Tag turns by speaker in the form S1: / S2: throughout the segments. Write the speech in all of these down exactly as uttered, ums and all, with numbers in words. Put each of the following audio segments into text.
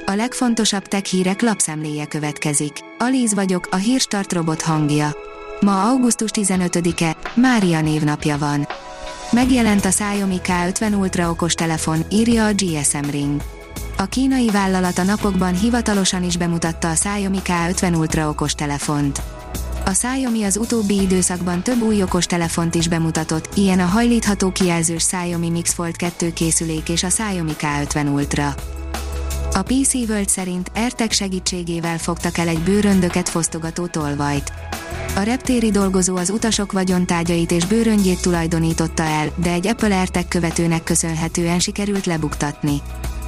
S1: A legfontosabb tech hírek lapszemléje következik. Alíz vagyok, a Hírstart robot hangja. Ma augusztus tizenötödike, Mária névnapja van. Megjelent a Xiaomi K ötven Ultra okostelefon, írja a gé es em Ring. A kínai vállalat a napokban hivatalosan is bemutatta a Xiaomi K ötven Ultra okostelefont. A Xiaomi az utóbbi időszakban több új okostelefont is bemutatott, ilyen a hajlítható kijelzős Xiaomi Mix Fold kettő készülék és a Xiaomi K ötven Ultra. A pé cé World szerint AirTag segítségével fogtak el egy bőröndöket fosztogató tolvajt. A reptéri dolgozó az utasok vagyontárgyait és bőröngyét tulajdonította el, de egy Apple AirTag követőnek köszönhetően sikerült lebuktatni.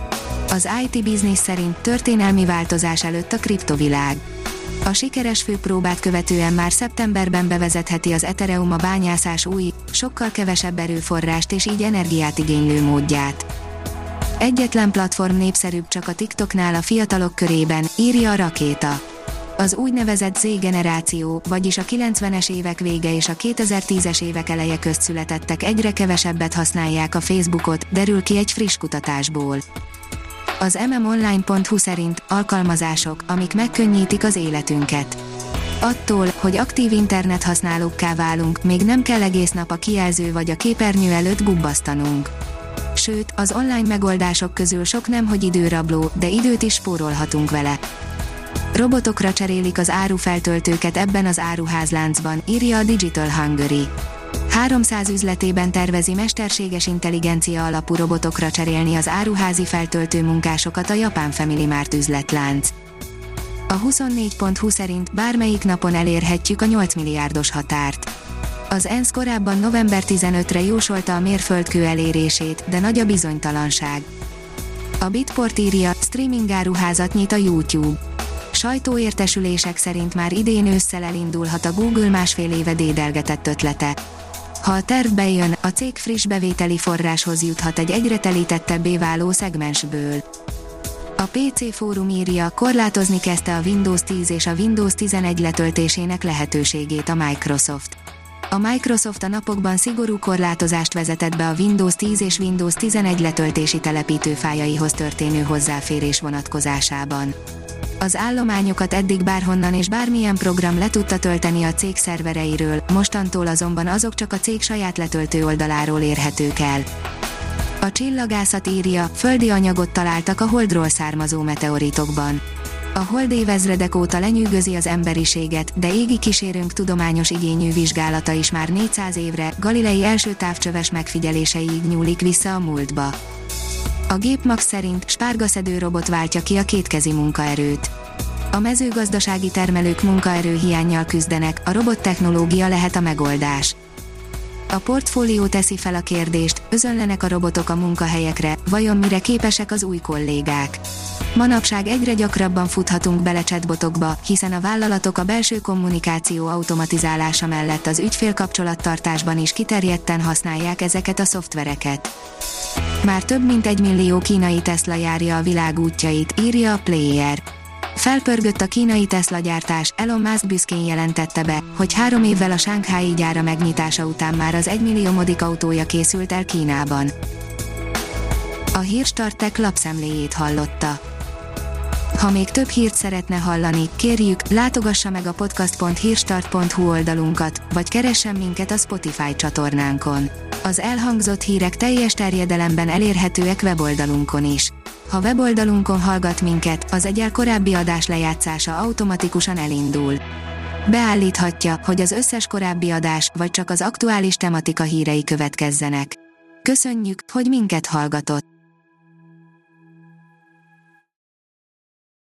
S1: Az i té Business szerint történelmi változás előtt a kriptovilág. A sikeres főpróbát követően már szeptemberben bevezetheti az Ethereum a bányászás új, sokkal kevesebb erőforrást és így energiát igénylő módját. Egyetlen platform népszerűbb csak a TikToknál a fiatalok körében, írja a Rakéta. Az úgynevezett Z-generáció, vagyis a kilencvenes évek vége és a kétezer-tízes évek eleje közt születettek egyre kevesebbet használják a Facebookot, derül ki egy friss kutatásból. Az em em online pont hu szerint alkalmazások, amik megkönnyítik az életünket. Attól, hogy aktív internethasználókká válunk, még nem kell egész nap a kijelző vagy a képernyő előtt gubbasztanunk. Sőt, az online megoldások közül sok nemhogy időrabló, de időt is spórolhatunk vele. Robotokra cserélik az árufeltöltőket ebben az áruházláncban, írja a Digital Hungary. háromszáz üzletében tervezi mesterséges intelligencia alapú robotokra cserélni az áruházi feltöltő munkásokat a japán Family Mart üzletlánc. A huszonnégy pont hu szerint bármelyik napon elérhetjük a nyolc milliárdos határt. Az ENSZ korábban november tizenötödikére jósolta a mérföldkő elérését, de nagy a bizonytalanság. A Bitport írja, streaming áruházat nyit a YouTube. Sajtóértesülések szerint már idén ősszel elindulhat a Google másfél éve dédelgetett ötlete. Ha a terv bejön, a cég friss bevételi forráshoz juthat egy egyre telítettebbé váló szegmensből. A pé cé Fórum írja, korlátozni kezdte a Windows tíz és a Windows tizenegy letöltésének lehetőségét a Microsoft. A Microsoft a napokban szigorú korlátozást vezetett be a Windows tíz és Windows tizenegy letöltési telepítőfájaihoz történő hozzáférés vonatkozásában. Az állományokat eddig bárhonnan és bármilyen program le tudta tölteni a cég szervereiről, mostantól azonban azok csak a cég saját letöltő oldaláról érhetők el. A csillagászat írja, földi anyagot találtak a Holdról származó meteoritokban. A Hold évezredek óta lenyűgözi az emberiséget, de égi kísérőnk tudományos igényű vizsgálata is már négyszáz évre, Galilei első távcsöves megfigyeléseiig nyúlik vissza a múltba. A Gépmax szerint spárgaszedő robot váltja ki a kétkezi munkaerőt. A mezőgazdasági termelők munkaerőhiánnyal küzdenek, a robottechnológia lehet a megoldás. A Portfólió teszi fel a kérdést, özönlenek a robotok a munkahelyekre, vajon mire képesek az új kollégák? Manapság egyre gyakrabban futhatunk bele chatbotokba, hiszen a vállalatok a belső kommunikáció automatizálása mellett az ügyfélkapcsolattartásban is kiterjedten használják ezeket a szoftvereket. Már több mint egy millió kínai Tesla járja a világ útjait, írja a Player. Felpörgött a kínai Tesla gyártás, Elon Musk büszkén jelentette be, hogy három évvel a shanghái gyára megnyitása után már az egymilliómodik autója készült el Kínában. A Hírstart Tech lapszemléjét hallotta. Ha még több hírt szeretne hallani, kérjük, látogassa meg a podcast pont hírstart pont hu oldalunkat, vagy keressen minket a Spotify csatornánkon. Az elhangzott hírek teljes terjedelemben elérhetőek weboldalunkon is. Ha weboldalunkon hallgat minket, az egyel korábbi adás lejátszása automatikusan elindul. Beállíthatja, hogy az összes korábbi adás, vagy csak az aktuális tematika hírei következzenek. Köszönjük, hogy minket hallgatott!